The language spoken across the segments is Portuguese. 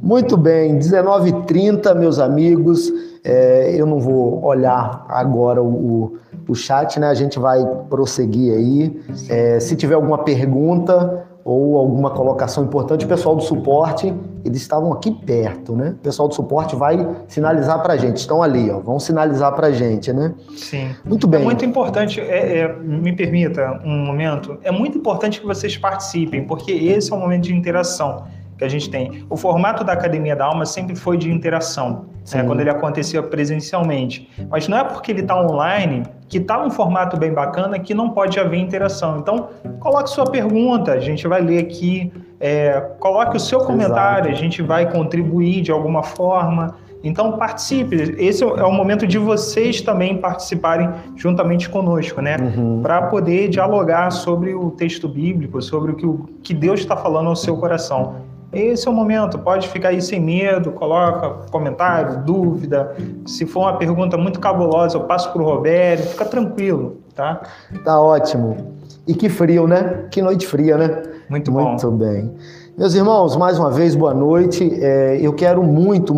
Muito bem, 19h30, meus amigos. Eu não vou olhar agora o chat, né? A gente vai prosseguir aí. Se tiver alguma pergunta ou alguma colocação importante, o pessoal do suporte, eles estavam aqui perto, né? O pessoal do suporte vai sinalizar pra gente. Estão ali, ó, vão sinalizar pra gente, né? Sim. Muito bem. É muito importante, me permita um momento, é muito importante que vocês participem, porque esse é um momento de interação que a gente tem. O formato da Academia da Alma sempre foi de interação, né, quando ele acontecia presencialmente. Mas não é porque ele está online, que está um formato bem bacana, que não pode haver interação. Então, coloque sua pergunta, a gente vai ler aqui, coloque o seu comentário, a gente vai contribuir de alguma forma. Então, participe. Esse é o momento de vocês também participarem juntamente conosco, né? Para poder dialogar sobre o texto bíblico, sobre o que Deus está falando ao seu coração. Esse é o momento, pode ficar aí sem medo, coloca comentário, dúvida. Se for uma pergunta muito cabulosa, eu passo para o Roberto, fica tranquilo, tá? Tá ótimo. E que frio, né? Que noite fria, né? Muito bom. Muito bem. Meus irmãos, mais uma vez, boa noite. Eu quero muito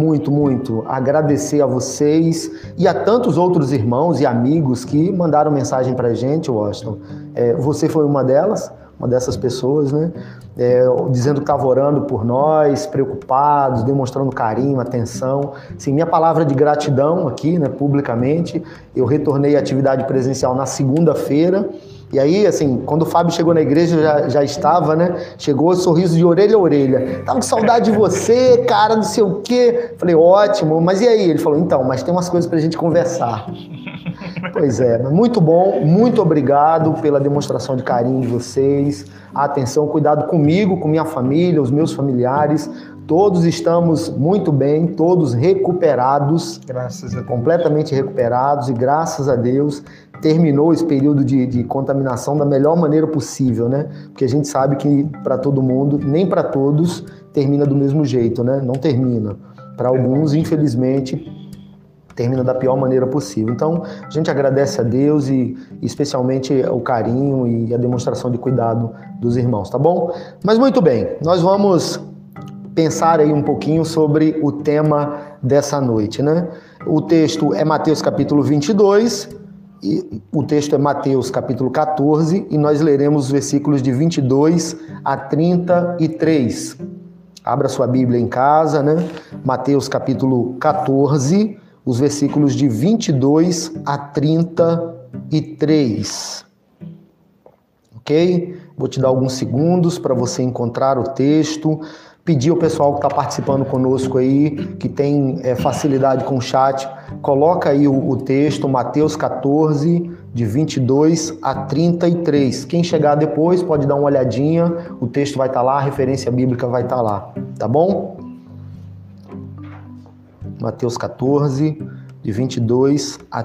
agradecer a vocês e a tantos outros irmãos e amigos que mandaram mensagem pra gente, Washington. Você foi uma delas, uma dessas pessoas, né? Dizendo que estava orando por nós, preocupados, demonstrando carinho, atenção. Assim, minha palavra de gratidão aqui, né, publicamente. Eu retornei à atividade presencial na segunda-feira. E aí, assim, quando o Fábio chegou na igreja, já estava, né? Chegou, sorriso de orelha a orelha. Tava com saudade de você, cara, não sei o quê. Falei, ótimo, mas e aí? Ele falou, então, mas tem umas coisas pra gente conversar. Pois é, muito bom, muito obrigado pela demonstração de carinho de vocês, a atenção, cuidado comigo, com minha família, os meus familiares. Todos estamos muito bem, todos recuperados, graças a Deus. Completamente recuperados, e graças a Deus terminou esse período de contaminação da melhor maneira possível, né? Porque a gente sabe que para todo mundo, nem para todos, termina do mesmo jeito, né? Não termina. Para alguns, infelizmente, termina da pior maneira possível. Então, a gente agradece a Deus e especialmente o carinho e a demonstração de cuidado dos irmãos, tá bom? Mas muito bem, nós vamos pensar aí um pouquinho sobre o tema dessa noite, né? O texto é Mateus capítulo 22, e o texto é Mateus capítulo 14, e nós leremos os versículos de 22 a 33. Abra sua Bíblia em casa, né? Mateus capítulo 14, os versículos de 22 a 33. Ok? Vou te dar alguns segundos para você encontrar o texto. Pedir ao pessoal que está participando conosco aí, que tem facilidade com o chat, coloca aí o texto, Mateus 14, de 22 a 33. Quem chegar depois pode dar uma olhadinha, o texto vai estar lá, a referência bíblica vai estar lá, tá bom? Mateus 14, de 22 a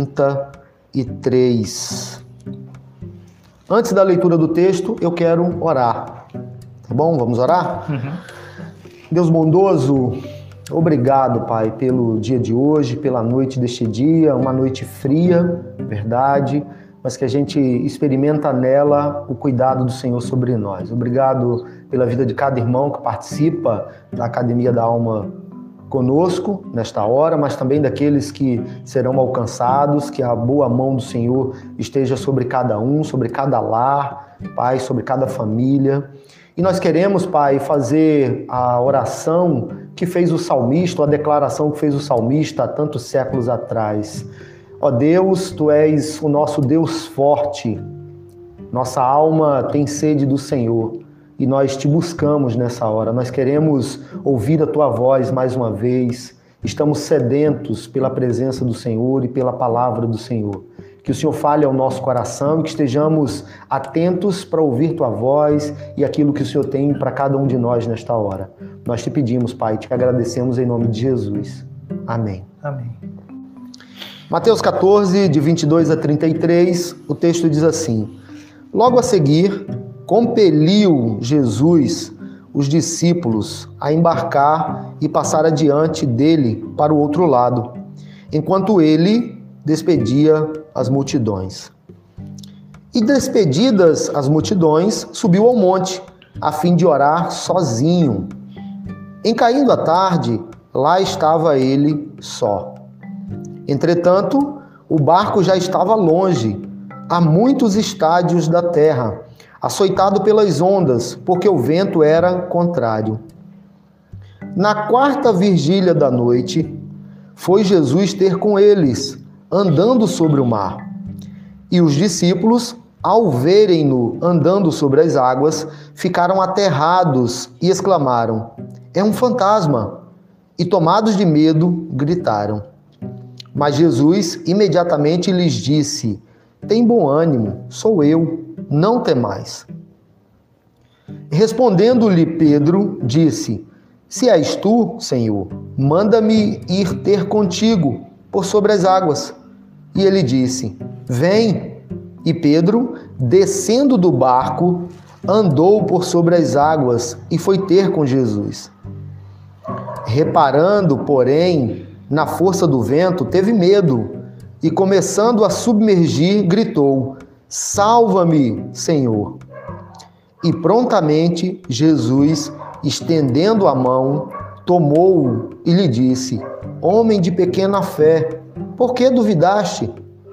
33. Antes da leitura do texto, eu quero orar. Tá bom? Vamos orar? Deus bondoso, obrigado, Pai, pelo dia de hoje, pela noite deste dia, uma noite fria, verdade, mas que a gente experimenta nela o cuidado do Senhor sobre nós. Obrigado pela vida de cada irmão que participa da Academia da Alma conosco nesta hora, mas também daqueles que serão alcançados, que a boa mão do Senhor esteja sobre cada um, sobre cada lar, Pai, sobre cada família. E nós queremos, Pai, fazer a oração que fez o salmista, a declaração que fez o salmista há tantos séculos atrás. Ó Deus, Tu és o nosso Deus forte, nossa alma tem sede do Senhor e nós Te buscamos nessa hora. Nós queremos ouvir a Tua voz mais uma vez, estamos sedentos pela presença do Senhor e pela palavra do Senhor. Que o Senhor fale ao nosso coração e que estejamos atentos para ouvir Tua voz e aquilo que o Senhor tem para cada um de nós nesta hora. Nós Te pedimos, Pai, Te agradecemos em nome de Jesus. Amém. Amém. Mateus 14, de 22 a 33, o texto diz assim: Logo a seguir, compeliu Jesus os discípulos a embarcar e passar adiante dele para o outro lado, enquanto ele despedia as multidões. E despedidas as multidões, subiu ao monte, a fim de orar sozinho. Em caindo a tarde, lá estava ele só. Entretanto, o barco já estava longe, a muitos estádios da terra, açoitado pelas ondas, porque o vento era contrário. Na quarta vigília da noite, foi Jesus ter com eles, andando sobre o mar. E os discípulos, ao verem-no andando sobre as águas, ficaram aterrados e exclamaram: é um fantasma! E tomados de medo, gritaram. Mas Jesus imediatamente lhes disse: tem bom ânimo, sou eu, não temais. Respondendo-lhe Pedro, disse: se és tu, Senhor, manda-me ir ter contigo por sobre as águas. E ele disse: vem. E Pedro, descendo do barco, andou por sobre as águas e foi ter com Jesus. Reparando, porém, na força do vento, teve medo e, começando a submergir, gritou: salva-me, Senhor. E prontamente Jesus, estendendo a mão, tomou-o e lhe disse: homem de pequena fé, por que duvidaste?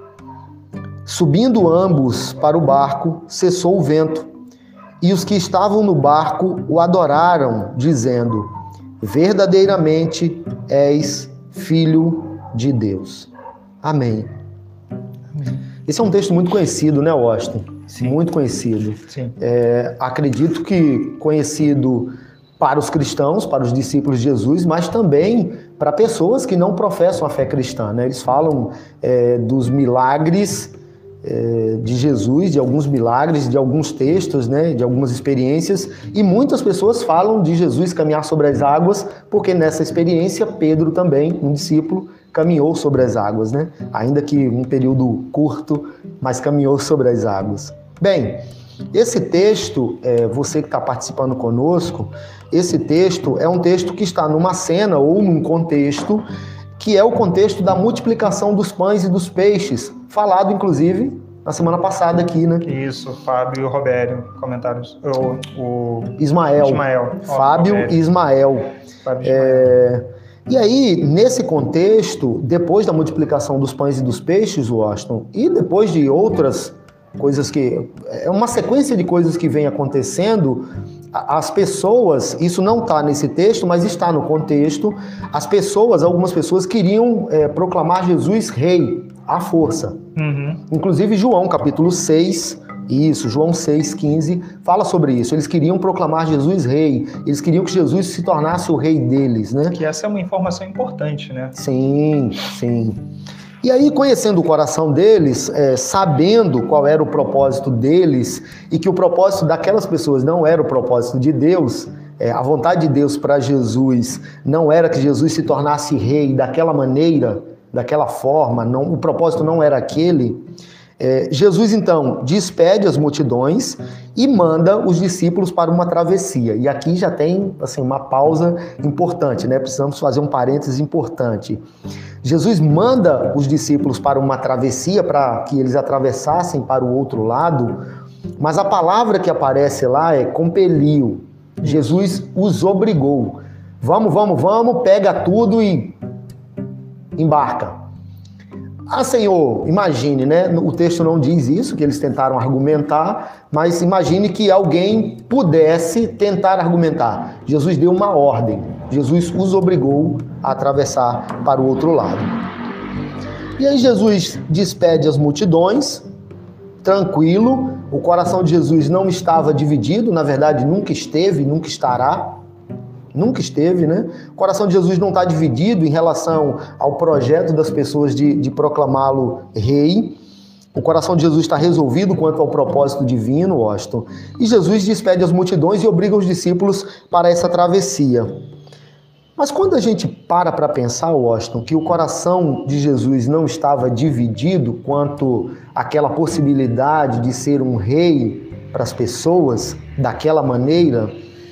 Subindo ambos para o barco, cessou o vento, e os que estavam no barco o adoraram, dizendo: verdadeiramente és Filho de Deus. Amém. Amém. Esse é um texto muito conhecido, né, Austin? Sim. Muito conhecido. Sim. Acredito que conhecido para os cristãos, para os discípulos de Jesus, mas também para pessoas que não professam a fé cristã, né? Eles falam dos milagres de Jesus, de alguns milagres, de alguns textos, né? De algumas experiências, e muitas pessoas falam de Jesus caminhar sobre as águas, porque nessa experiência Pedro também, um discípulo, caminhou sobre as águas, né? Ainda que um período curto, mas caminhou sobre as águas. Bem, esse texto, você que está participando conosco, esse texto é um texto que está numa cena ou num contexto que é o contexto da multiplicação dos pães e dos peixes, falado inclusive na semana passada aqui, né? Isso, Fábio e Robério, comentários. Ismael. Fábio e Ismael. E aí, nesse contexto, depois da multiplicação dos pães e dos peixes, Washington, e depois de outras coisas que... é uma sequência de coisas que vem acontecendo, as pessoas, isso não está nesse texto, mas está no contexto, as pessoas, algumas pessoas queriam proclamar Jesus rei, à força. Uhum. Inclusive João, capítulo 6, João 6,15, fala sobre isso. Eles queriam proclamar Jesus rei, eles queriam que Jesus se tornasse o rei deles, né? Que essa é uma informação importante, né? Sim, sim. E aí, conhecendo o coração deles, sabendo qual era o propósito deles e que o propósito daquelas pessoas não era o propósito de Deus, a vontade de Deus para Jesus não era que Jesus se tornasse rei daquela maneira, daquela forma, o propósito não era aquele. Jesus, então, despede as multidões e manda os discípulos para uma travessia. E aqui já tem assim, uma pausa importante, né? Precisamos fazer um parênteses importante. Jesus manda os discípulos para uma travessia para que eles atravessassem para o outro lado, mas a palavra que aparece lá é compeliu. Jesus os obrigou. Vamos, pega tudo e embarca. Ah, Senhor, imagine, né? O texto não diz isso, que eles tentaram argumentar, mas imagine que alguém pudesse tentar argumentar. Jesus deu uma ordem. Jesus os obrigou a atravessar para o outro lado. E aí Jesus despede as multidões, tranquilo. O coração de Jesus não estava dividido, na verdade nunca esteve, nunca estará. Nunca esteve, né? O coração de Jesus não está dividido em relação ao projeto das pessoas de proclamá-lo rei. O coração de Jesus está resolvido quanto ao propósito divino, Washington. E Jesus despede as multidões e obriga os discípulos para essa travessia. Mas quando a gente para pensar, Washington, que o coração de Jesus não estava dividido quanto àquela possibilidade de ser um rei para as pessoas daquela maneira,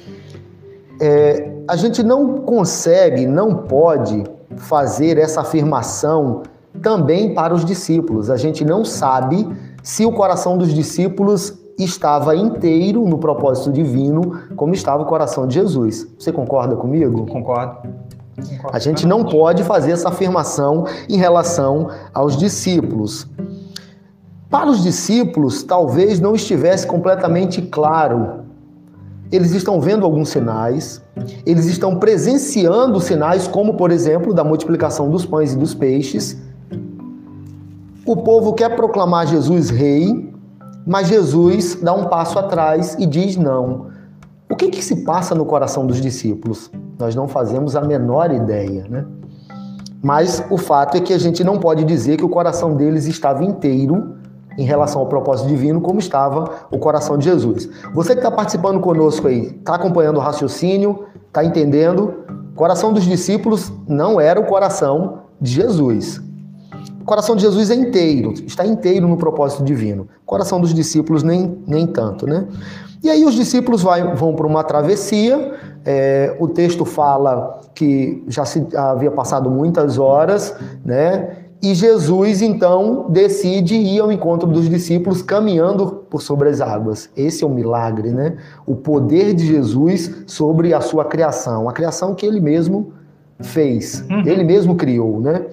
a gente não consegue, não pode fazer essa afirmação também para os discípulos. A gente não sabe se o coração dos discípulos estava inteiro no propósito divino, como estava o coração de Jesus. Você concorda comigo? Concordo. A gente não pode fazer essa afirmação em relação aos discípulos. Para os discípulos, talvez não estivesse completamente claro. Eles estão vendo alguns sinais, eles estão presenciando sinais, como, por exemplo, da multiplicação dos pães e dos peixes. O povo quer proclamar Jesus rei, mas Jesus dá um passo atrás e diz não. O que se passa no coração dos discípulos? Nós não fazemos a menor ideia, né? Mas o fato é que a gente não pode dizer que o coração deles estava inteiro em relação ao propósito divino, como estava o coração de Jesus. Você que está participando conosco aí, está acompanhando o raciocínio, está entendendo? O coração dos discípulos não era o coração de Jesus. O coração de Jesus é inteiro, está inteiro no propósito divino. O coração dos discípulos nem tanto, né? E aí os discípulos vão para uma travessia, o texto fala que já havia passado muitas horas, né? E Jesus, então, decide ir ao encontro dos discípulos caminhando por sobre as águas. Esse é o milagre, né? O poder de Jesus sobre a sua criação. A criação que ele mesmo fez, ele mesmo criou, né?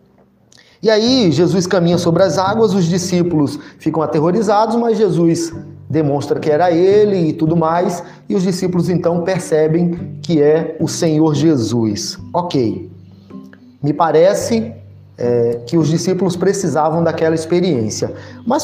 E aí, Jesus caminha sobre as águas, os discípulos ficam aterrorizados, mas Jesus demonstra que era ele e tudo mais. E os discípulos, então, percebem que é o Senhor Jesus. Ok. Me parece... que os discípulos precisavam daquela experiência. Mas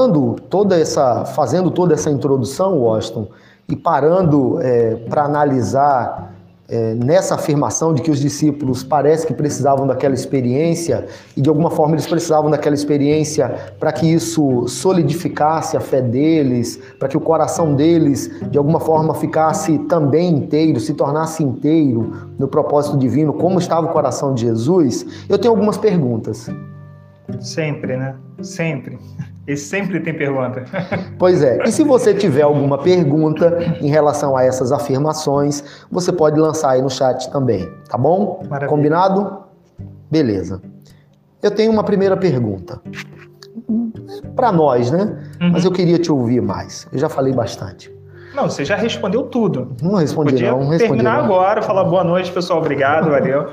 fazendo toda essa introdução, Washington, e parando para analisar nessa afirmação de que os discípulos parece que precisavam daquela experiência e de alguma forma eles precisavam daquela experiência para que isso solidificasse a fé deles, para que o coração deles de alguma forma ficasse também inteiro, se tornasse inteiro no propósito divino, como estava o coração de Jesus. Eu tenho algumas perguntas. Sempre, né? Sempre. E sempre tem pergunta. Pois é. E se você tiver alguma pergunta em relação a essas afirmações, você pode lançar aí no chat também, tá bom? Maravilha. Combinado? Beleza. Eu tenho uma primeira pergunta. Para nós, né? Mas eu queria te ouvir mais. Eu já falei bastante. Não, você já respondeu tudo. Não respondi Podia não. Terminar agora, falar boa noite, pessoal. Obrigado, valeu.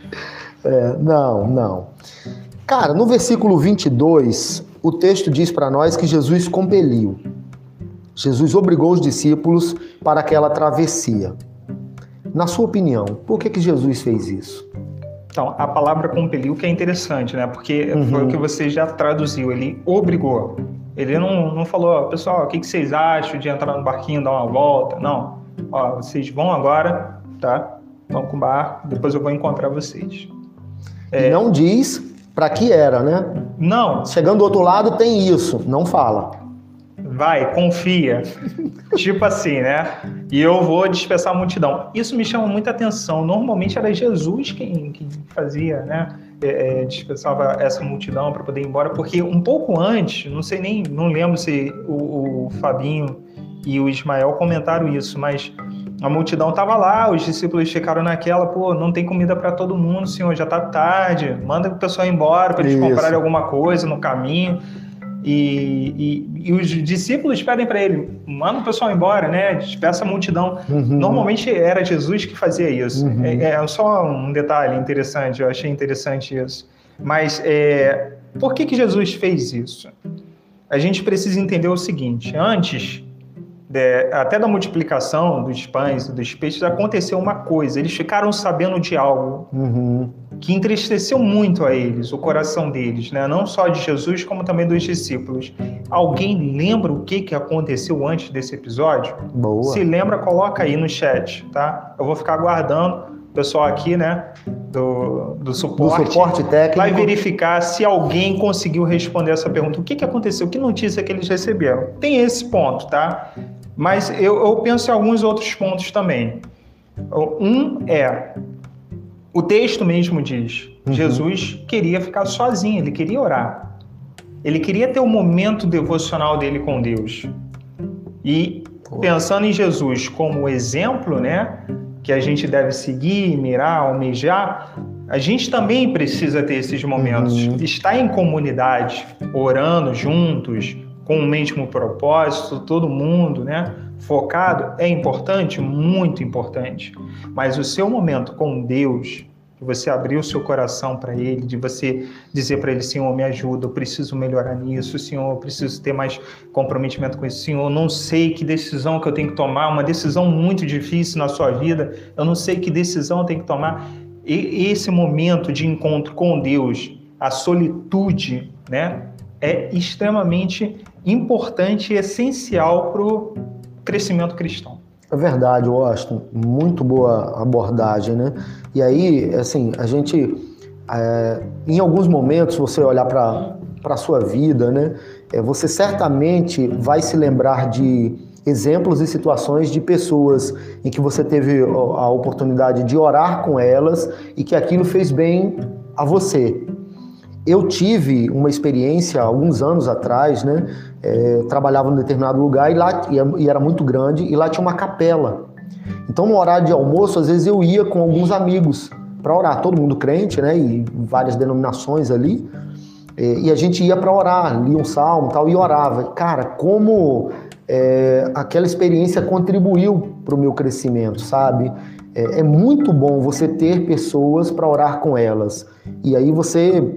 Não. Cara, no versículo 22, o texto diz para nós que Jesus compeliu. Jesus obrigou os discípulos para aquela travessia. Na sua opinião, por que Jesus fez isso? Então, a palavra compeliu que é interessante, né? Porque foi o que você já traduziu. Ele obrigou. Ele não falou, pessoal, o que vocês acham de entrar no barquinho, dar uma volta? Não. Ó, vocês vão agora, tá? Vão com o barco, depois eu vou encontrar vocês. E não diz para que era, né? Não. Chegando do outro lado tem isso, não fala. Vai, confia. Tipo assim, né? E eu vou dispersar a multidão. Isso me chama muita atenção. Normalmente era Jesus quem fazia, né? Dispersava essa multidão para poder ir embora, porque um pouco antes, não lembro se o Fabinho e o Ismael comentaram isso, mas a multidão estava lá, os discípulos ficaram naquela, pô, não tem comida para todo mundo, Senhor, já está tarde, manda o pessoal embora para eles comprarem alguma coisa no caminho. E os discípulos pedem para ele, manda o pessoal embora, né? Dispersa a multidão. Normalmente era Jesus que fazia isso. É só um detalhe interessante, eu achei interessante isso. Mas por que Jesus fez isso? A gente precisa entender o seguinte: antes até da multiplicação dos pães e dos peixes, aconteceu uma coisa. Eles ficaram sabendo de algo que entristeceu muito a eles, o coração deles, né? Não só de Jesus, como também dos discípulos. Alguém lembra o que aconteceu antes desse episódio? Boa. Se lembra, coloca aí no chat, tá? Eu vou ficar aguardando o pessoal aqui, né, do suporte técnico vai verificar se alguém conseguiu responder essa pergunta. O que aconteceu? Que notícia que eles receberam? Tem esse ponto, tá? Mas eu penso em alguns outros pontos também. O texto mesmo diz, Jesus queria ficar sozinho, ele queria orar. Ele queria ter o momento devocional dele com Deus. E pensando em Jesus como exemplo, né, que a gente deve seguir, mirar, almejar, a gente também precisa ter esses momentos. Estar em comunidade, orando juntos, com o mesmo propósito, todo mundo, né, focado, é importante, muito importante. Mas o seu momento com Deus, de você abrir o seu coração para Ele, de você dizer para Ele, Senhor, me ajuda, eu preciso melhorar nisso, Senhor, eu preciso ter mais comprometimento com isso, Senhor, eu não sei que decisão que eu tenho que tomar, uma decisão muito difícil na sua vida, eu não sei que decisão eu tenho que tomar. E esse momento de encontro com Deus, a solitude, né, é extremamente importante e essencial para o crescimento cristão. É verdade, Washington. Muito boa abordagem, né? E aí, assim, a gente, em alguns momentos, se você olhar para a sua vida, né? Você certamente vai se lembrar de exemplos e situações de pessoas em que você teve a oportunidade de orar com elas e que aquilo fez bem a você. Eu tive uma experiência alguns anos atrás, né? Eu trabalhava num determinado lugar e era muito grande, e lá tinha uma capela. Então, no horário de almoço, às vezes eu ia com alguns amigos para orar, todo mundo crente, né? E várias denominações ali. E a gente ia para orar, lia um salmo e tal, e orava. Cara, como aquela experiência contribuiu para o meu crescimento, sabe? É muito bom você ter pessoas para orar com elas. E aí você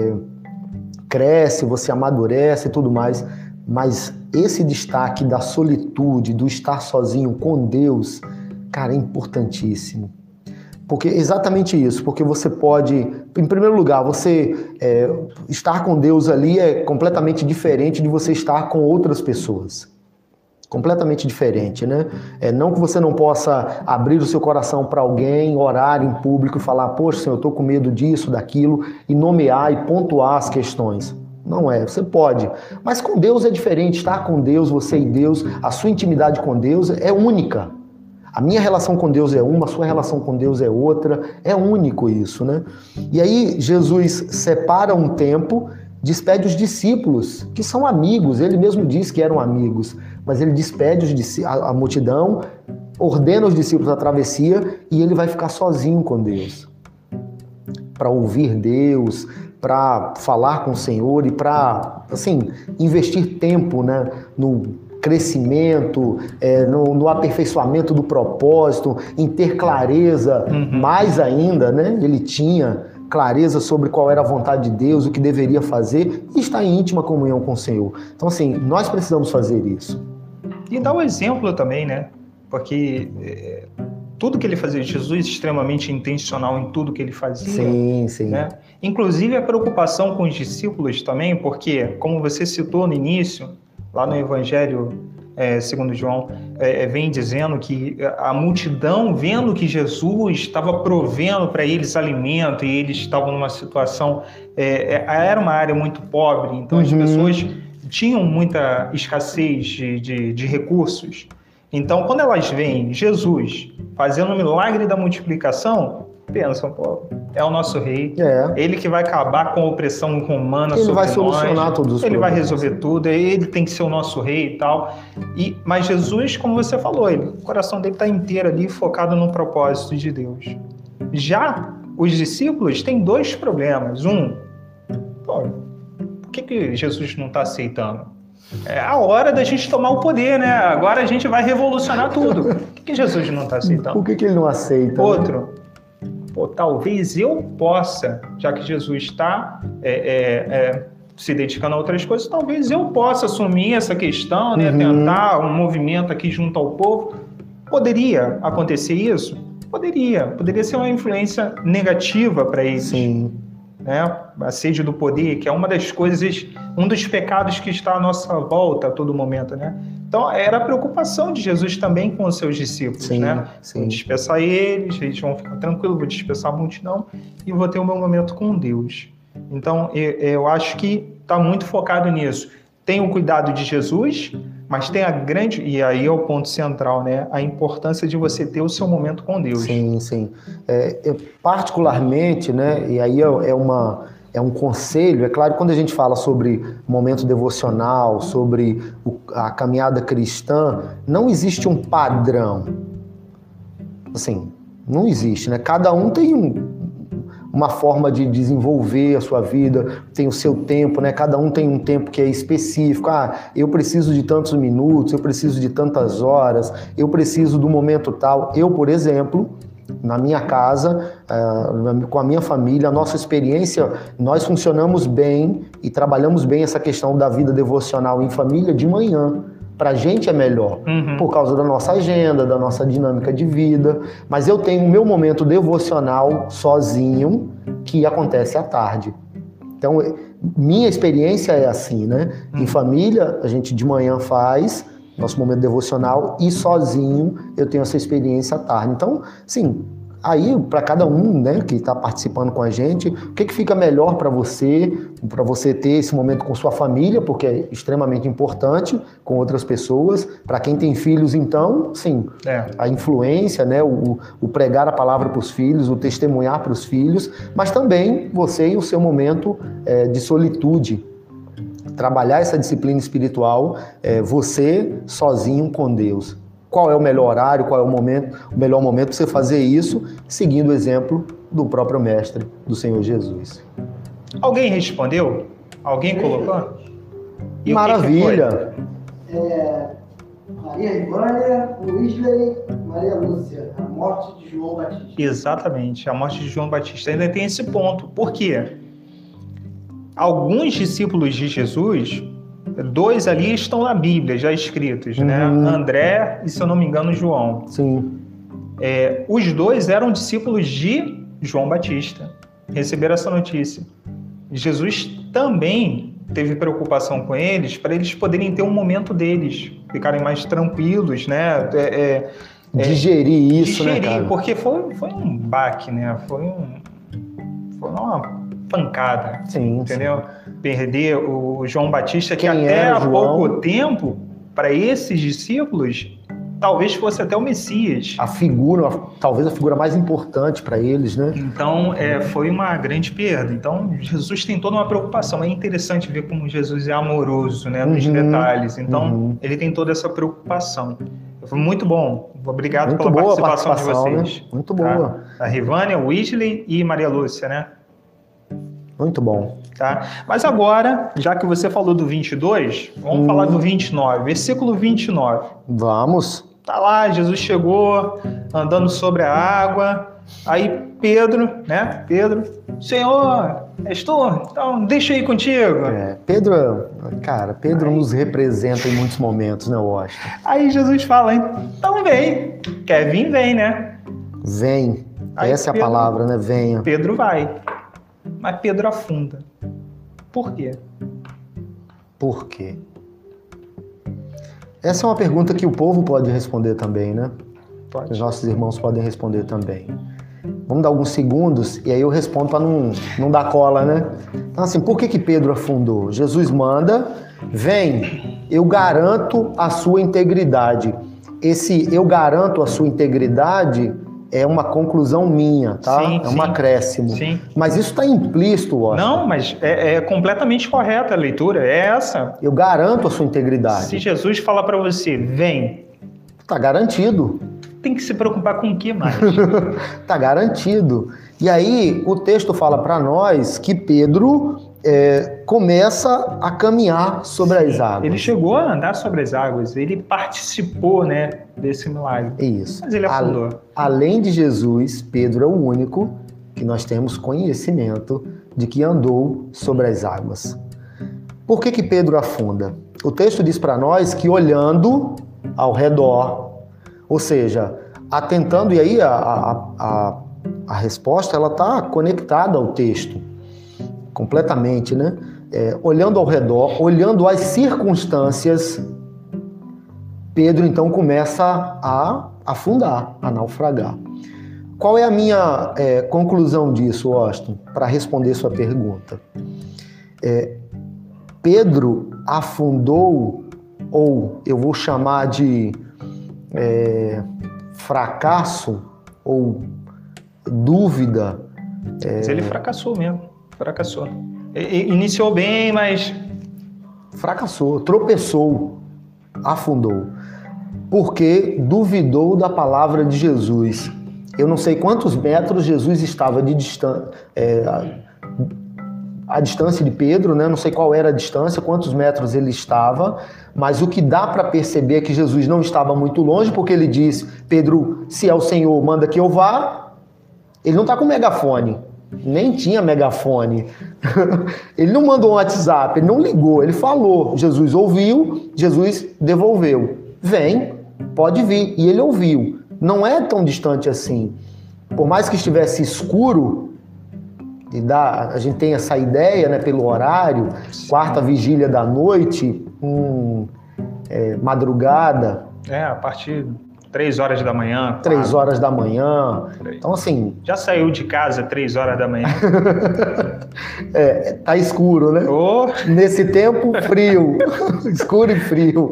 cresce, você amadurece e tudo mais. Mas esse destaque da solitude, do estar sozinho com Deus, cara, é importantíssimo. Porque exatamente isso, porque você pode, em primeiro lugar, você estar com Deus ali é completamente diferente de você estar com outras pessoas. Completamente diferente, né? Não que você não possa abrir o seu coração para alguém, orar em público e falar, poxa, Senhor, eu estou com medo disso, daquilo, e nomear e pontuar as questões. Não é, você pode. Mas com Deus é diferente, estar com Deus, você e Deus, a sua intimidade com Deus é única. A minha relação com Deus é uma, a sua relação com Deus é outra, é único isso, né? E aí Jesus separa um tempo, despede os discípulos, que são amigos, ele mesmo diz que eram amigos, mas ele despede a multidão, ordena os discípulos a travessia e ele vai ficar sozinho com Deus, para ouvir Deus, para falar com o Senhor e para, assim, investir tempo, né, no crescimento, no aperfeiçoamento do propósito, em ter clareza, mais ainda, né? Ele tinha clareza sobre qual era a vontade de Deus, o que deveria fazer e estar em íntima comunhão com o Senhor. Então, assim, nós precisamos fazer isso. E dar o exemplo também, né? Porque tudo que ele fazia, Jesus extremamente intencional em tudo que ele fazia. Sim, sim. Né? Inclusive a preocupação com os discípulos também, porque, como você citou no início, lá no Evangelho segundo João, vem dizendo que a multidão, vendo que Jesus estava provendo para eles alimento e eles estavam numa situação, era uma área muito pobre, então as pessoas tinham muita escassez de recursos. Então, quando elas veem Jesus fazendo o milagre da multiplicação, pensam, pô, é o nosso rei, ele que vai acabar com a opressão romana sobre nós. Ele vai solucionar todos os problemas. Ele vai resolver tudo, ele tem que ser o nosso rei e tal. Mas Jesus, como você falou, o coração dele está inteiro ali, focado no propósito de Deus. Já os discípulos têm dois problemas. Por que Jesus não está aceitando? É a hora da gente tomar o poder, né? Agora a gente vai revolucionar tudo. Por que Jesus não está aceitando? Por que ele não aceita? Outro, talvez eu possa, já que Jesus está se dedicando a outras coisas, talvez eu possa assumir essa questão, né? Tentar um movimento aqui junto ao povo. Poderia acontecer isso? Poderia ser uma influência negativa para eles. Sim. Né? A sede do poder, que é uma das coisas, um dos pecados que está à nossa volta a todo momento, né? Então, era a preocupação de Jesus também com os seus discípulos, né? Vou dispersar eles vão ficar tranquilos, vou dispersar a multidão e vou ter o meu momento com Deus. Então, eu acho que está muito focado nisso. Tem o cuidado de Jesus, mas tem e aí é o ponto central, né? A importância de você ter o seu momento com Deus. Sim, sim. Particularmente, né? E aí é um conselho, é claro, quando a gente fala sobre momento devocional, sobre a caminhada cristã, não existe um padrão. Assim, não existe, né? Cada um tem uma forma de desenvolver a sua vida, tem o seu tempo, né? Cada um tem um tempo que é específico. Eu preciso de tantos minutos, eu preciso de tantas horas, eu preciso do momento tal. Eu, por exemplo, na minha casa, com a minha família, a nossa experiência, nós funcionamos bem e trabalhamos bem essa questão da vida devocional em família de manhã. Pra gente é melhor, por causa da nossa agenda, da nossa dinâmica de vida. Mas eu tenho o meu momento devocional sozinho, que acontece à tarde. Então, minha experiência é assim, né? Em família, a gente de manhã faz nosso momento devocional e sozinho eu tenho essa experiência à tarde. Então, sim, aí para cada um, né, que está participando com a gente, o que fica melhor para você ter esse momento com sua família, porque é extremamente importante, com outras pessoas. Para quem tem filhos, então, sim, a influência, né, o pregar a palavra para os filhos, o testemunhar para os filhos, mas também você e o seu momento de solitude. Trabalhar essa disciplina espiritual, você sozinho com Deus. Qual é o melhor horário, qual é o melhor momento para você fazer isso, seguindo o exemplo do próprio Mestre, do Senhor Jesus. Alguém respondeu? Alguém colocou? E maravilha! Maria Ivânia, Wesley, Maria Lúcia, a morte de João Batista. Exatamente, a morte de João Batista ainda tem esse ponto. Por quê? Alguns discípulos de Jesus, 2 ali estão na Bíblia, já escritos, né? André e, se eu não me engano, João. Sim. Os 2 eram discípulos de João Batista. Receberam essa notícia. Jesus também teve preocupação com eles, para eles poderem ter um momento deles, ficarem mais tranquilos, né? Digerir isso, né, cara? Porque foi um baque, né? Foi uma pancada, sim, entendeu? Sim. Perder o João Batista, que Quem até há João? pouco tempo, para esses discípulos, talvez fosse até o Messias. Talvez a figura mais importante para eles, né? Então, foi uma grande perda. Então, Jesus tem toda uma preocupação. É interessante ver como Jesus é amoroso, né, nos detalhes. Então, ele tem toda essa preocupação. Foi muito bom. Obrigado pela participação de vocês. Né? Muito boa. A Rivânia, Wesley e Maria Lúcia, né? Muito bom. Tá? Mas agora, já que você falou do 22, vamos falar do 29, versículo 29. Vamos. Tá lá, Jesus chegou andando sobre a água, aí Pedro, né? Senhor, és tu? Então deixa eu ir contigo. Pedro nos representa em muitos momentos, né, Washington? Aí Jesus fala, então vem. Quer vir, vem, né? Vem. Aí essa é a palavra, né? Venha. Pedro vai. Mas Pedro afunda. Por quê? Por quê? Essa é uma pergunta que o povo pode responder também, né? Pode. Os nossos irmãos podem responder também. Vamos dar alguns segundos e aí eu respondo para não dar cola, né? Então, assim, por que Pedro afundou? Jesus manda, vem, eu garanto a sua integridade. Esse eu garanto a sua integridade é uma conclusão minha, tá? Sim, um acréscimo. Sim. Mas isso está implícito, Washington. Não, mas é completamente correta a leitura, é essa. Eu garanto a sua integridade. Se Jesus falar para você, vem. Tá garantido. Tem que se preocupar com o que mais? Tá garantido. E aí o texto fala para nós que Pedro começa a caminhar sobre as águas. Ele chegou a andar sobre as águas, ele participou, né, desse milagre. Isso. Mas ele afundou. Além de Jesus, Pedro é o único que nós temos conhecimento de que andou sobre as águas. Por que Pedro afunda? O texto diz para nós que olhando ao redor, ou seja, atentando, e aí a resposta ela está conectada ao texto, completamente, né? Olhando ao redor, olhando as circunstâncias, Pedro então começa a afundar, a naufragar. Qual é a minha conclusão disso, Washington, para responder sua pergunta? Pedro afundou, ou eu vou chamar de fracasso ou dúvida. Mas ele fracassou mesmo, fracassou. Iniciou bem, mas... Fracassou, tropeçou, afundou. Porque duvidou da palavra de Jesus. Eu não sei quantos metros Jesus estava de a distância de Pedro, né? Não sei qual era a distância, quantos metros ele estava, mas o que dá para perceber é que Jesus não estava muito longe, porque ele diz: Pedro, se é o Senhor, manda que eu vá. Ele não está com megafone, nem tinha megafone. Ele não mandou um WhatsApp, ele não ligou, ele falou. Jesus ouviu, Jesus devolveu. Vem, pode vir. E ele ouviu. Não é tão distante assim. Por mais que estivesse escuro, a gente tem essa ideia, né, pelo horário, quarta vigília da noite, madrugada. A partir de 3 horas da manhã. 3 horas da manhã. Então, assim... Já saiu de casa 3 horas da manhã? Tá escuro, né? Oh. Nesse tempo, frio. Escuro e frio.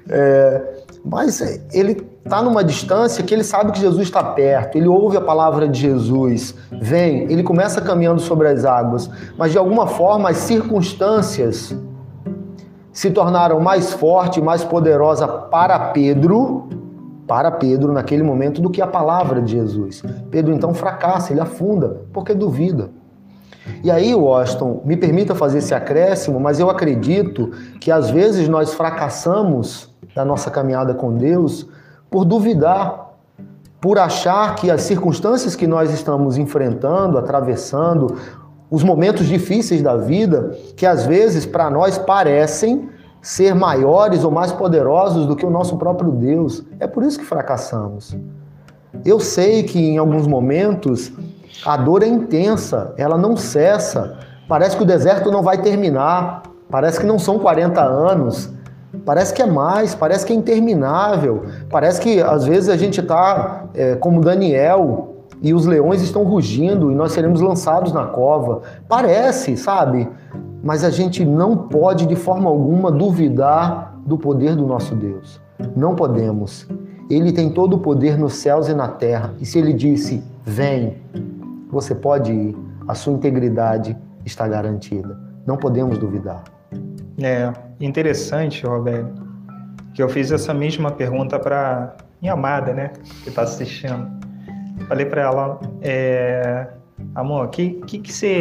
Mas ele está numa distância que ele sabe que Jesus está perto, ele ouve a palavra de Jesus, vem, ele começa caminhando sobre as águas, mas de alguma forma as circunstâncias se tornaram mais forte, mais poderosa para Pedro naquele momento do que a palavra de Jesus. Pedro então fracassa, ele afunda, porque duvida. E aí, Washington, me permita fazer esse acréscimo, mas eu acredito que às vezes nós fracassamos da nossa caminhada com Deus por duvidar, por achar que as circunstâncias que nós estamos enfrentando, atravessando, os momentos difíceis da vida, que às vezes para nós parecem ser maiores ou mais poderosos do que o nosso próprio Deus. É por isso que fracassamos. Eu sei que em alguns momentos a dor é intensa, ela não cessa. Parece que o deserto não vai terminar, parece que não são 40 anos. Parece que é mais, parece que é interminável, parece que às vezes a gente está como Daniel e os leões estão rugindo e nós seremos lançados na cova. Parece, sabe? Mas a gente não pode de forma alguma duvidar do poder do nosso Deus. Não podemos. Ele tem todo o poder nos céus e na terra. E se ele disse, vem, você pode ir. A sua integridade está garantida. Não podemos duvidar. Interessante, Roberto, que eu fiz essa mesma pergunta para minha amada, né, que está assistindo. Falei para ela, amor, por que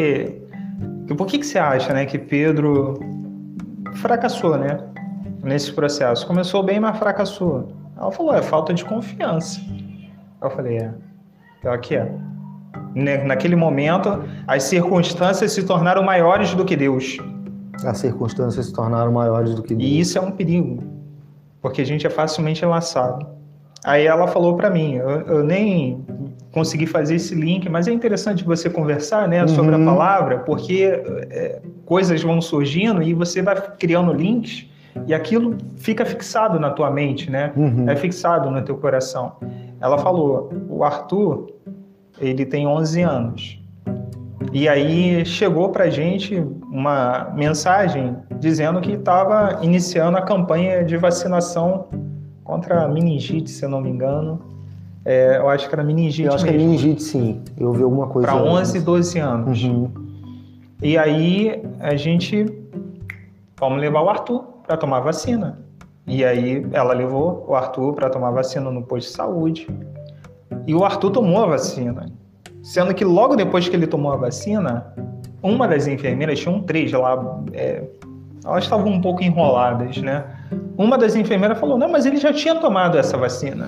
você acha, né, que Pedro fracassou, né, nesse processo? Começou bem, mas fracassou. Ela falou, falta de confiança. Eu falei, pior que é. Naquele momento, as circunstâncias se tornaram maiores do que Deus. As circunstâncias se tornaram maiores do que Deus. E isso é um perigo, porque a gente é facilmente enlaçado. Aí ela falou para mim, eu nem consegui fazer esse link, mas é interessante você conversar, né, sobre a palavra, porque coisas vão surgindo e você vai criando links e aquilo fica fixado na tua mente, né? É fixado no teu coração. Ela falou, o Arthur, ele tem 11 anos. E aí chegou pra gente uma mensagem dizendo que estava iniciando a campanha de vacinação contra a meningite, se eu não me engano. Eu acho que era meningite. Eu acho que é meningite, sim. Eu ouvi alguma coisa. Para 11, 12 anos. E aí a gente vamos levar o Arthur para tomar vacina. E aí ela levou o Arthur para tomar vacina no posto de saúde. E o Arthur tomou a vacina. Sendo que logo depois que ele tomou a vacina, uma das enfermeiras, tinham 3 lá, elas estavam um pouco enroladas, né? Uma das enfermeiras falou, não, mas ele já tinha tomado essa vacina.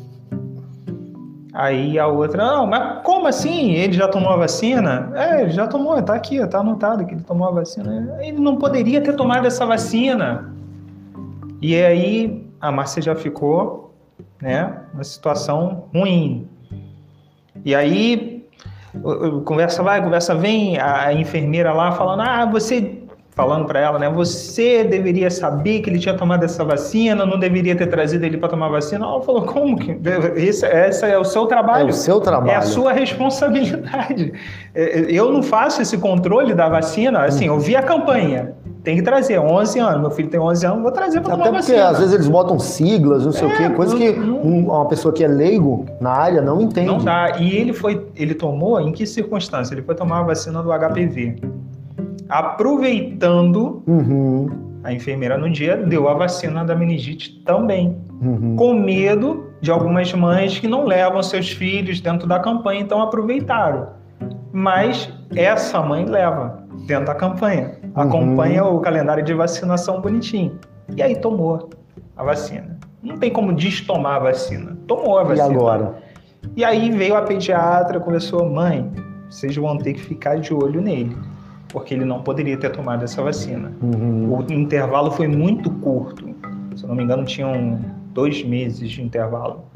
Aí a outra, não, mas como assim? Ele já tomou a vacina? Ele já tomou, tá aqui, tá anotado que ele tomou a vacina. Ele não poderia ter tomado essa vacina. E aí a Márcia já ficou, né, numa situação ruim. E aí conversa vai, conversa vem, a enfermeira lá falando, falando para ela, né, você deveria saber que ele tinha tomado essa vacina, não deveria ter trazido ele para tomar vacina. Ela falou, como que? Esse é o seu trabalho. É o seu trabalho. É a sua responsabilidade. Eu não faço esse controle da vacina, assim, eu vi a campanha. Tem que trazer, 11 anos, meu filho tem 11 anos, vou trazer para tomar vacina. Até porque às vezes eles botam siglas, não sei o quê, coisa que uma pessoa que é leigo na área não entende. Não dá, e ele tomou, em que circunstância? Ele foi tomar a vacina do HPV. Aproveitando, a enfermeira no dia deu a vacina da meningite também, com medo de algumas mães que não levam seus filhos dentro da campanha, então aproveitaram. Mas essa mãe leva dentro da campanha, acompanha o calendário de vacinação bonitinho. E aí tomou a vacina. Não tem como destomar a vacina. Tomou a vacina. E agora? E aí veio a pediatra, conversou, mãe, vocês vão ter que ficar de olho nele, porque ele não poderia ter tomado essa vacina. O intervalo foi muito curto. Se eu não me engano, tinham 2 meses de intervalo.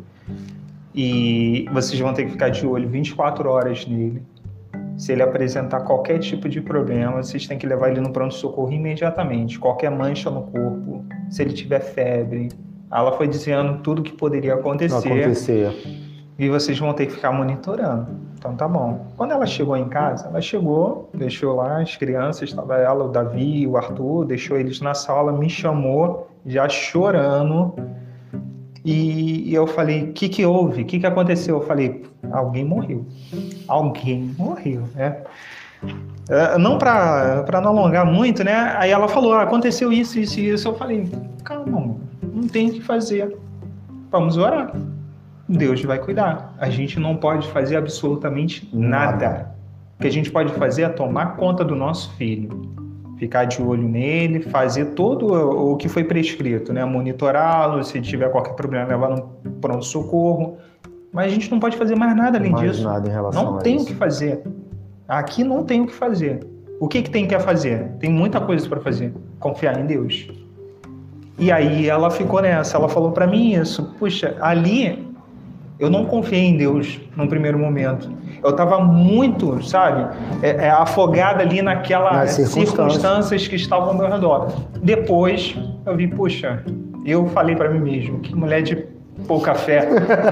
E vocês vão ter que ficar de olho 24 horas nele. Se ele apresentar qualquer tipo de problema, vocês têm que levar ele no pronto-socorro imediatamente. Qualquer mancha no corpo, se ele tiver febre. Ela foi dizendo tudo que poderia acontecer. E vocês vão ter que ficar monitorando. Então tá bom. Quando ela chegou em casa, ela chegou, deixou lá as crianças, estava ela, o Davi, o Arthur, deixou eles na sala, me chamou, já chorando. E eu falei, o que houve? O que aconteceu? Eu falei, alguém morreu. Alguém morreu, né? Não para não alongar muito, né? Aí ela falou, aconteceu isso, isso e isso. Eu falei, calma, não tem o que fazer. Vamos orar. Deus vai cuidar. A gente não pode fazer absolutamente nada. O que a gente pode fazer é tomar conta do nosso filho. Ficar de olho nele, fazer todo o que foi prescrito, né? Monitorá-lo, se tiver qualquer problema, levar no pronto-socorro. Mas a gente não pode fazer mais nada além disso. Nada em relação não tem o que fazer. Aqui não tem o que fazer. O que tem que fazer? Tem muita coisa para fazer. Confiar em Deus. E aí ela ficou nessa. Ela falou para mim isso. Puxa, ali eu não confiei em Deus no primeiro momento. Eu estava muito, sabe, afogada ali naquelas circunstâncias que estavam ao meu redor. Depois eu vi, puxa, eu falei para mim mesmo, que mulher de pouca fé.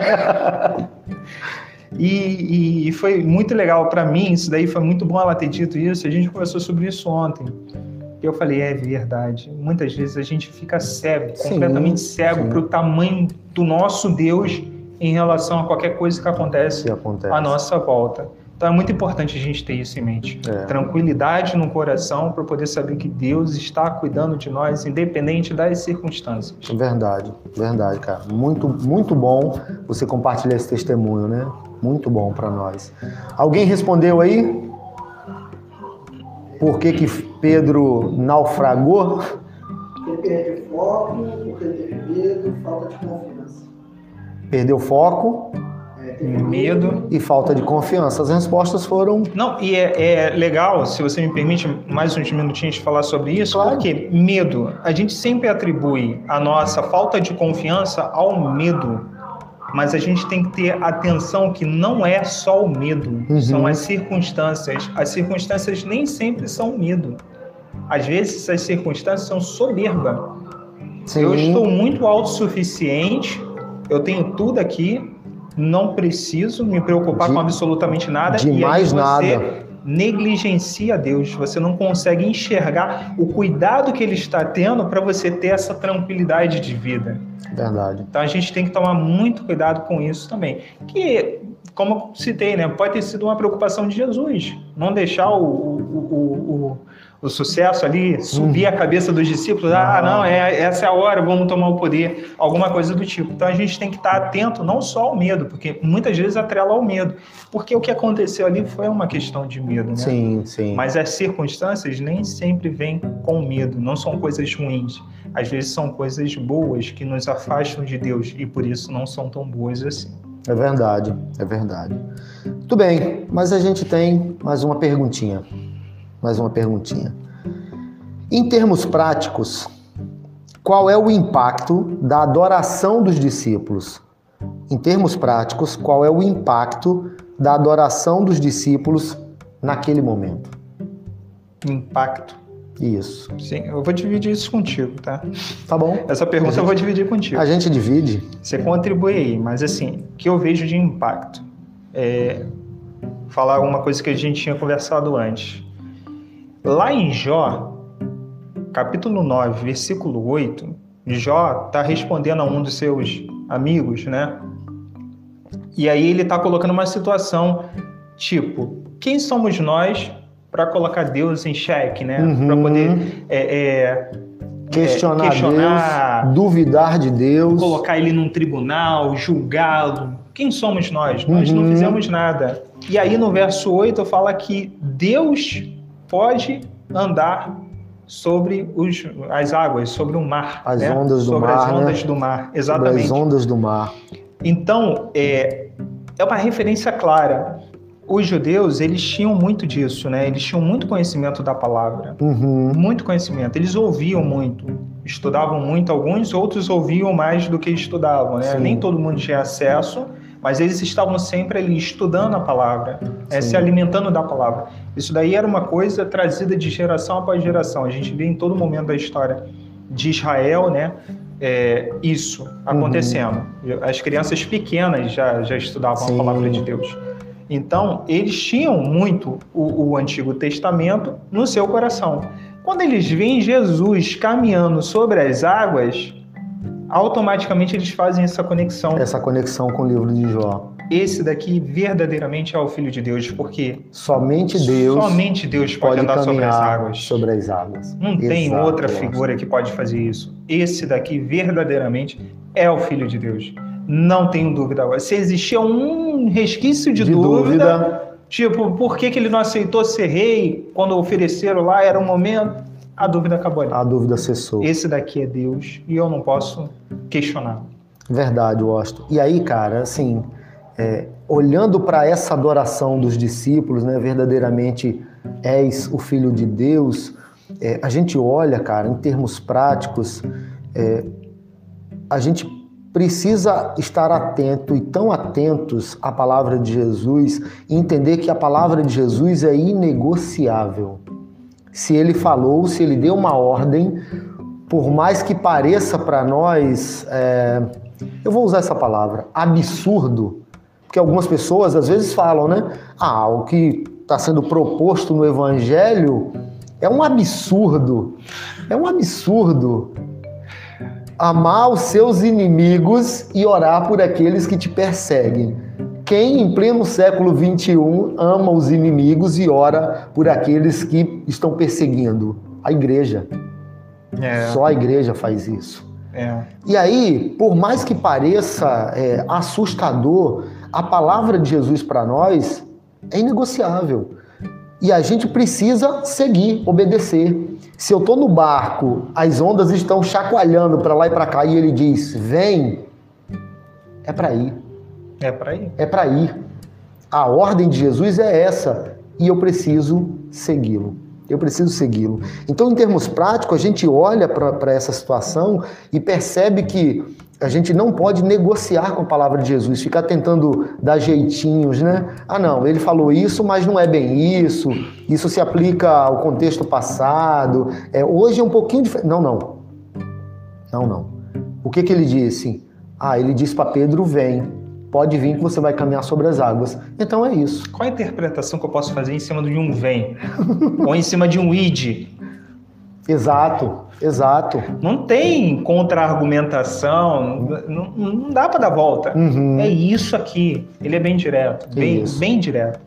E foi muito legal para mim, isso daí foi muito bom ela ter dito isso. A gente conversou sobre isso ontem. Eu falei, é verdade. Muitas vezes a gente fica cego, completamente cego para o tamanho do nosso Deus em relação a qualquer coisa que acontece à nossa volta. Então é muito importante a gente ter isso em mente. Tranquilidade no coração para poder saber que Deus está cuidando de nós, independente das circunstâncias. Verdade, verdade, cara. Muito, muito bom você compartilhar esse testemunho, né? Muito bom para nós. Alguém respondeu aí? Por que Pedro naufragou? Porque perde foco, porque teve medo, falta de confiança. Perdeu foco, medo e falta de confiança. As respostas foram... Não, e é legal, se você me permite, mais uns minutinhos de falar sobre isso, claro. Porque medo, a gente sempre atribui a nossa falta de confiança ao medo, mas a gente tem que ter atenção que não é só o medo, são as circunstâncias. As circunstâncias nem sempre são medo. Às vezes as circunstâncias são soberba. Sim. Eu estou muito autossuficiente, eu tenho tudo aqui, não preciso me preocupar com absolutamente nada. De mais nada. Negligencia Deus, você não consegue enxergar o cuidado que Ele está tendo para você ter essa tranquilidade de vida. Verdade. Então a gente tem que tomar muito cuidado com isso também. Que, como eu citei, né, pode ter sido uma preocupação de Jesus, não deixar o sucesso ali subir a cabeça dos discípulos. Não, essa é a hora, vamos tomar o poder, alguma coisa do tipo. Então a gente tem que estar atento não só ao medo, porque muitas vezes atrela ao medo, porque o que aconteceu ali foi uma questão de medo, né? Sim, sim. Mas as circunstâncias nem sempre vêm com medo, não são coisas ruins. Às vezes são coisas boas que nos afastam de Deus e por isso não são tão boas assim. É verdade, é verdade. Tudo bem, mas a gente tem mais uma perguntinha. Em termos práticos, qual é o impacto da adoração dos discípulos? Em termos práticos, qual é o impacto da adoração dos discípulos naquele momento? Impacto. Isso. Sim, eu vou dividir isso contigo, tá? Tá bom. Essa pergunta eu vou dividir contigo. A gente divide. Você contribui aí, mas assim, o que eu vejo de impacto falar uma coisa que a gente tinha conversado antes. Lá em Jó, capítulo 9, versículo 8, Jó está respondendo a um dos seus amigos, né? E aí ele está colocando uma situação tipo, quem somos nós para colocar Deus em xeque, né? Para poder questionar Deus, duvidar de Deus, colocar ele num tribunal, julgá-lo. Quem somos nós? Nós não fizemos nada. E aí no verso 8 fala que Deus pode andar sobre as águas, sobre o mar. As ondas do sobre mar. As ondas né? do mar, exatamente. Sobre as ondas do mar. Então, é uma referência clara. Os judeus, eles tinham muito disso, né? Eles tinham muito conhecimento da palavra. Muito conhecimento. Eles ouviam muito, estudavam muito. Alguns outros ouviam mais do que estudavam, né? Sim. Nem todo mundo tinha acesso, mas eles estavam sempre ali estudando a palavra, se alimentando da palavra. Isso daí era uma coisa trazida de geração após geração. A gente vê em todo momento da história de Israel, né? Isso acontecendo. As crianças pequenas já estudavam a palavra de Deus. Então, eles tinham muito o Antigo Testamento no seu coração. Quando eles veem Jesus caminhando sobre as águas, automaticamente eles fazem essa conexão. Essa conexão com o livro de Jó. Esse daqui verdadeiramente é o Filho de Deus, porque somente Deus pode andar sobre as águas. Sobre as águas. Não tem outra figura que pode fazer isso. Esse daqui verdadeiramente é o Filho de Deus. Não tenho dúvida agora. Se existia um resquício de dúvida, tipo, por que ele não aceitou ser rei quando ofereceram lá, era um momento, a dúvida acabou ali. A dúvida cessou. Esse daqui é Deus e eu não posso questionar. Verdade, Washington. E aí, cara, assim, olhando para essa adoração dos discípulos, né, verdadeiramente és o Filho de Deus, a gente olha, cara, em termos práticos, a gente precisa estar atento e tão atentos à palavra de Jesus e entender que a palavra de Jesus é inegociável. Se ele falou, se ele deu uma ordem, por mais que pareça para nós, eu vou usar essa palavra, absurdo, porque algumas pessoas às vezes falam, né? O que está sendo proposto no Evangelho é um absurdo, amar os seus inimigos e orar por aqueles que te perseguem. Quem, em pleno século XXI, ama os inimigos e ora por aqueles que estão perseguindo? A igreja. Só a igreja faz isso. E aí, por mais que pareça assustador, a palavra de Jesus para nós é inegociável. E a gente precisa seguir, obedecer. Se eu estou no barco, as ondas estão chacoalhando para lá e para cá e ele diz, vem, é para ir. É para ir. A ordem de Jesus é essa e eu preciso segui-lo. Então, em termos práticos, a gente olha para essa situação e percebe que a gente não pode negociar com a palavra de Jesus, ficar tentando dar jeitinhos, né? Não, ele falou isso, mas não é bem isso. Isso se aplica ao contexto passado. Hoje é um pouquinho diferente. Não. O que ele disse? Ele disse para Pedro, vem. Pode vir que você vai caminhar sobre as águas. Então é isso. Qual a interpretação que eu posso fazer em cima de um vem? Ou em cima de um ide? Exato. Não tem contra-argumentação, não dá para dar volta. É isso aqui. Ele é bem direto, bem direto.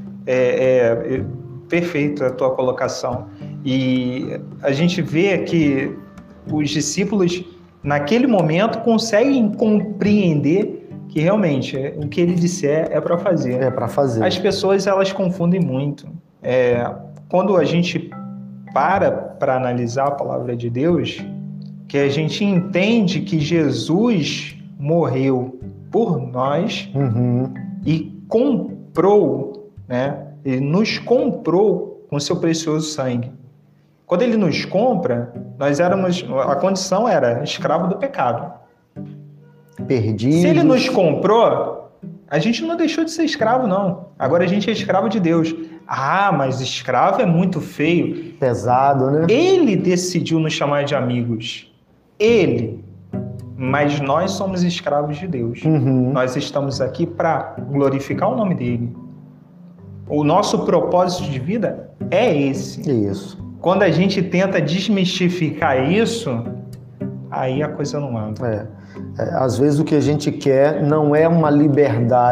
Perfeito a tua colocação. E a gente vê que os discípulos, naquele momento, conseguem compreender que realmente o que ele disser é para fazer. É para fazer. As pessoas, elas confundem muito. Quando a gente para analisar a palavra de Deus, que a gente entende que Jesus morreu por nós e comprou, né? Ele nos comprou com seu precioso sangue. Quando ele nos compra, a condição era escravo do pecado. Perdidos. Se ele nos comprou, a gente não deixou de ser escravo, não. Agora a gente é escravo de Deus. Mas escravo é muito feio. Pesado, né? Ele decidiu nos chamar de amigos. Ele. Mas nós somos escravos de Deus. Nós estamos aqui para glorificar o nome dele. O nosso propósito de vida é esse. Isso. Quando a gente tenta desmistificar isso, aí a coisa não anda. Às vezes o que a gente quer não é uma liberdade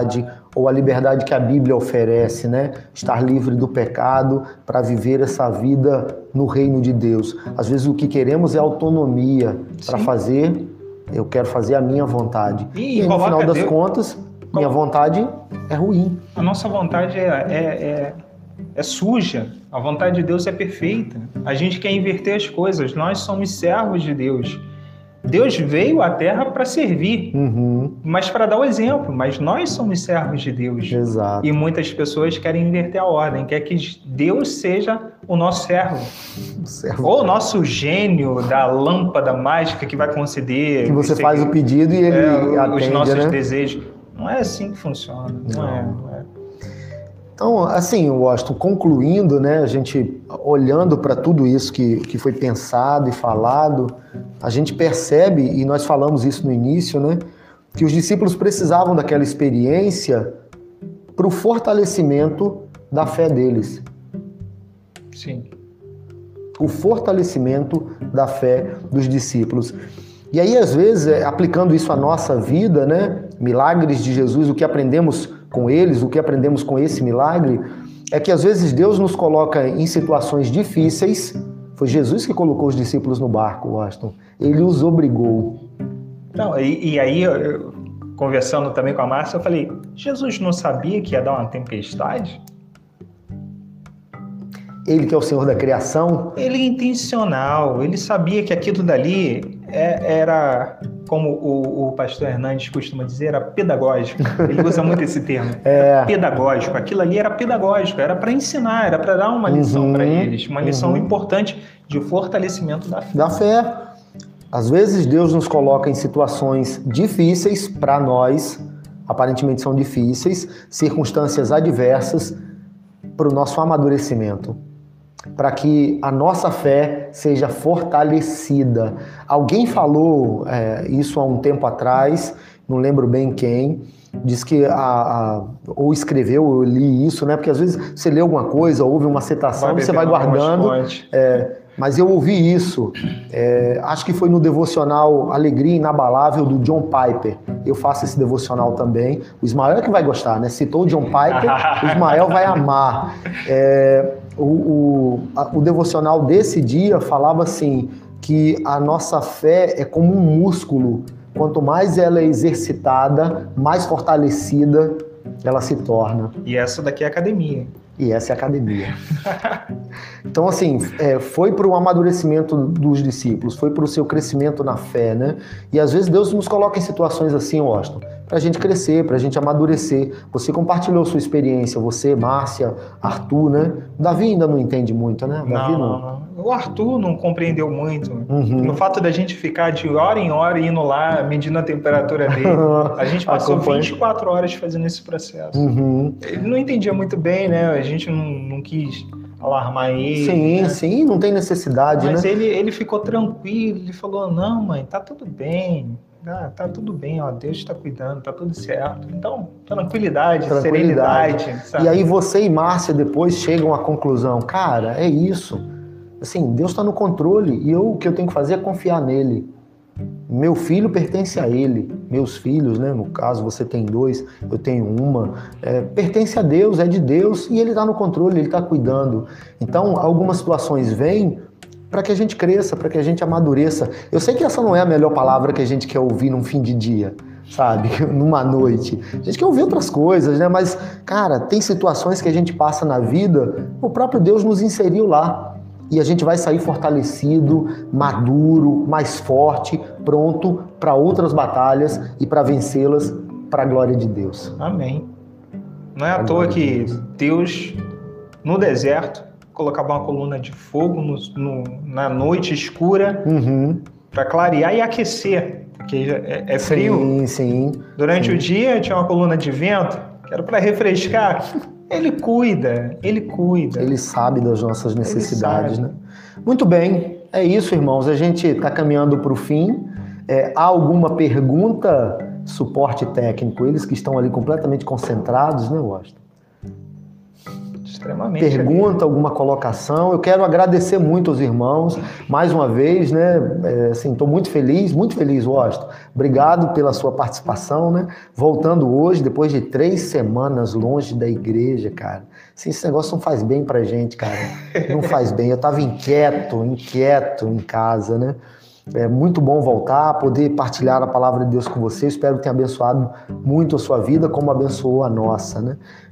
ou a liberdade que a Bíblia oferece, né? Estar livre do pecado para viver essa vida no reino de Deus. Às vezes o que queremos é autonomia para fazer, eu quero fazer a minha vontade. E no final das contas, minha vontade é ruim. A nossa vontade é suja, a vontade de Deus é perfeita. A gente quer inverter as coisas, nós somos servos de Deus. Deus veio à Terra para servir, mas para dar o exemplo, mas nós somos servos de Deus. Exato. E muitas pessoas querem inverter a ordem, quer que Deus seja o nosso servo. Ou o nosso gênio da lâmpada mágica que vai conceder... Que você faz o pedido e ele atende, os nossos né? desejos. Não é assim que funciona, não é. Então, assim, Washington, concluindo, né, a gente olhando para tudo isso que foi pensado e falado, a gente percebe, e nós falamos isso no início, né, que os discípulos precisavam daquela experiência para o fortalecimento da fé deles. Sim. O fortalecimento da fé dos discípulos. E aí, às vezes, aplicando isso à nossa vida, né, milagres de Jesus, o que aprendemos com eles, o que aprendemos com esse milagre, é que às vezes Deus nos coloca em situações difíceis. Foi Jesus que colocou os discípulos no barco, Washington. Ele os obrigou. Não, e aí, eu, conversando também com a Márcia, eu falei, Jesus não sabia que ia dar uma tempestade? Ele que é o Senhor da criação? Ele é intencional, ele sabia que aquilo dali era, como o pastor Hernandes costuma dizer, era pedagógico. Ele usa muito esse termo. Pedagógico. Aquilo ali era pedagógico, era para ensinar, era para dar uma lição para eles, uma lição importante de fortalecimento da fé. Da fé. Às vezes Deus nos coloca em situações difíceis para nós, aparentemente são difíceis, circunstâncias adversas para o nosso amadurecimento, para que a nossa fé seja fortalecida. Alguém falou isso há um tempo atrás, não lembro bem quem, diz que ou escreveu, eu li isso, né? Porque às vezes você lê alguma coisa, ouve uma citação, você vai guardando. Mas eu ouvi isso, acho que foi no devocional Alegria Inabalável do John Piper. Eu faço esse devocional também. O Ismael é que vai gostar, né? Citou o John Piper, o Ismael vai amar. O devocional desse dia falava assim, que a nossa fé é como um músculo. Quanto mais ela é exercitada, mais fortalecida ela se torna. E essa daqui é a academia. E essa é a academia. Então, assim, foi para o amadurecimento dos discípulos, foi para o seu crescimento na fé, né? E às vezes Deus nos coloca em situações assim, Washington, para a gente crescer, para a gente amadurecer. Você compartilhou sua experiência, você, Márcia, Arthur, né? Davi ainda não entende muito, né? Davi não. O Arthur não compreendeu muito. No fato da gente ficar de hora em hora indo lá, medindo a temperatura dele. A gente passou 24 horas fazendo esse processo. Ele não entendia muito bem, né? A gente não quis alarmar ele. Sim, né? Sim, não tem necessidade, mas né? ele ficou tranquilo, ele falou, não, mãe, tá tudo bem. Tá tudo bem, ó, Deus está cuidando, tá tudo certo. Então, tranquilidade. Serenidade. Sabe? E aí você e Márcia depois chegam à conclusão, cara, é isso. Assim, Deus está no controle e o que eu tenho que fazer é confiar nele. Meu filho pertence a ele, meus filhos, né? No caso, você tem 2, eu tenho uma. Pertence a Deus, é de Deus e ele está no controle, ele está cuidando. Então, algumas situações vêm para que a gente cresça, para que a gente amadureça. Eu sei que essa não é a melhor palavra que a gente quer ouvir num fim de dia, sabe? Numa noite. A gente quer ouvir outras coisas, né? Mas, cara, tem situações que a gente passa na vida, o próprio Deus nos inseriu lá. E a gente vai sair fortalecido, maduro, mais forte, pronto para outras batalhas e para vencê-las para a glória de Deus. Amém. Não é à toa que Deus, no deserto, colocava uma coluna de fogo na noite escura para clarear e aquecer, porque é frio. Sim. Durante o dia tinha uma coluna de vento, que era para refrescar. Ele cuida. Ele sabe das nossas necessidades, né? Muito bem, é isso, irmãos. A gente está caminhando para o fim. Há alguma pergunta? Suporte técnico, eles que estão ali completamente concentrados, né, Washington? extremamente. Pergunta, alguma colocação. Eu quero agradecer muito aos irmãos, mais uma vez, né? Assim, estou muito feliz, Washington. Obrigado pela sua participação, né? Voltando hoje, depois de 3 semanas longe da igreja, cara. Assim, esse negócio não faz bem pra gente, cara. Não faz bem. Eu estava inquieto em casa, né? É muito bom voltar, poder partilhar a palavra de Deus com você. Espero que tenha abençoado muito a sua vida, como abençoou a nossa, né?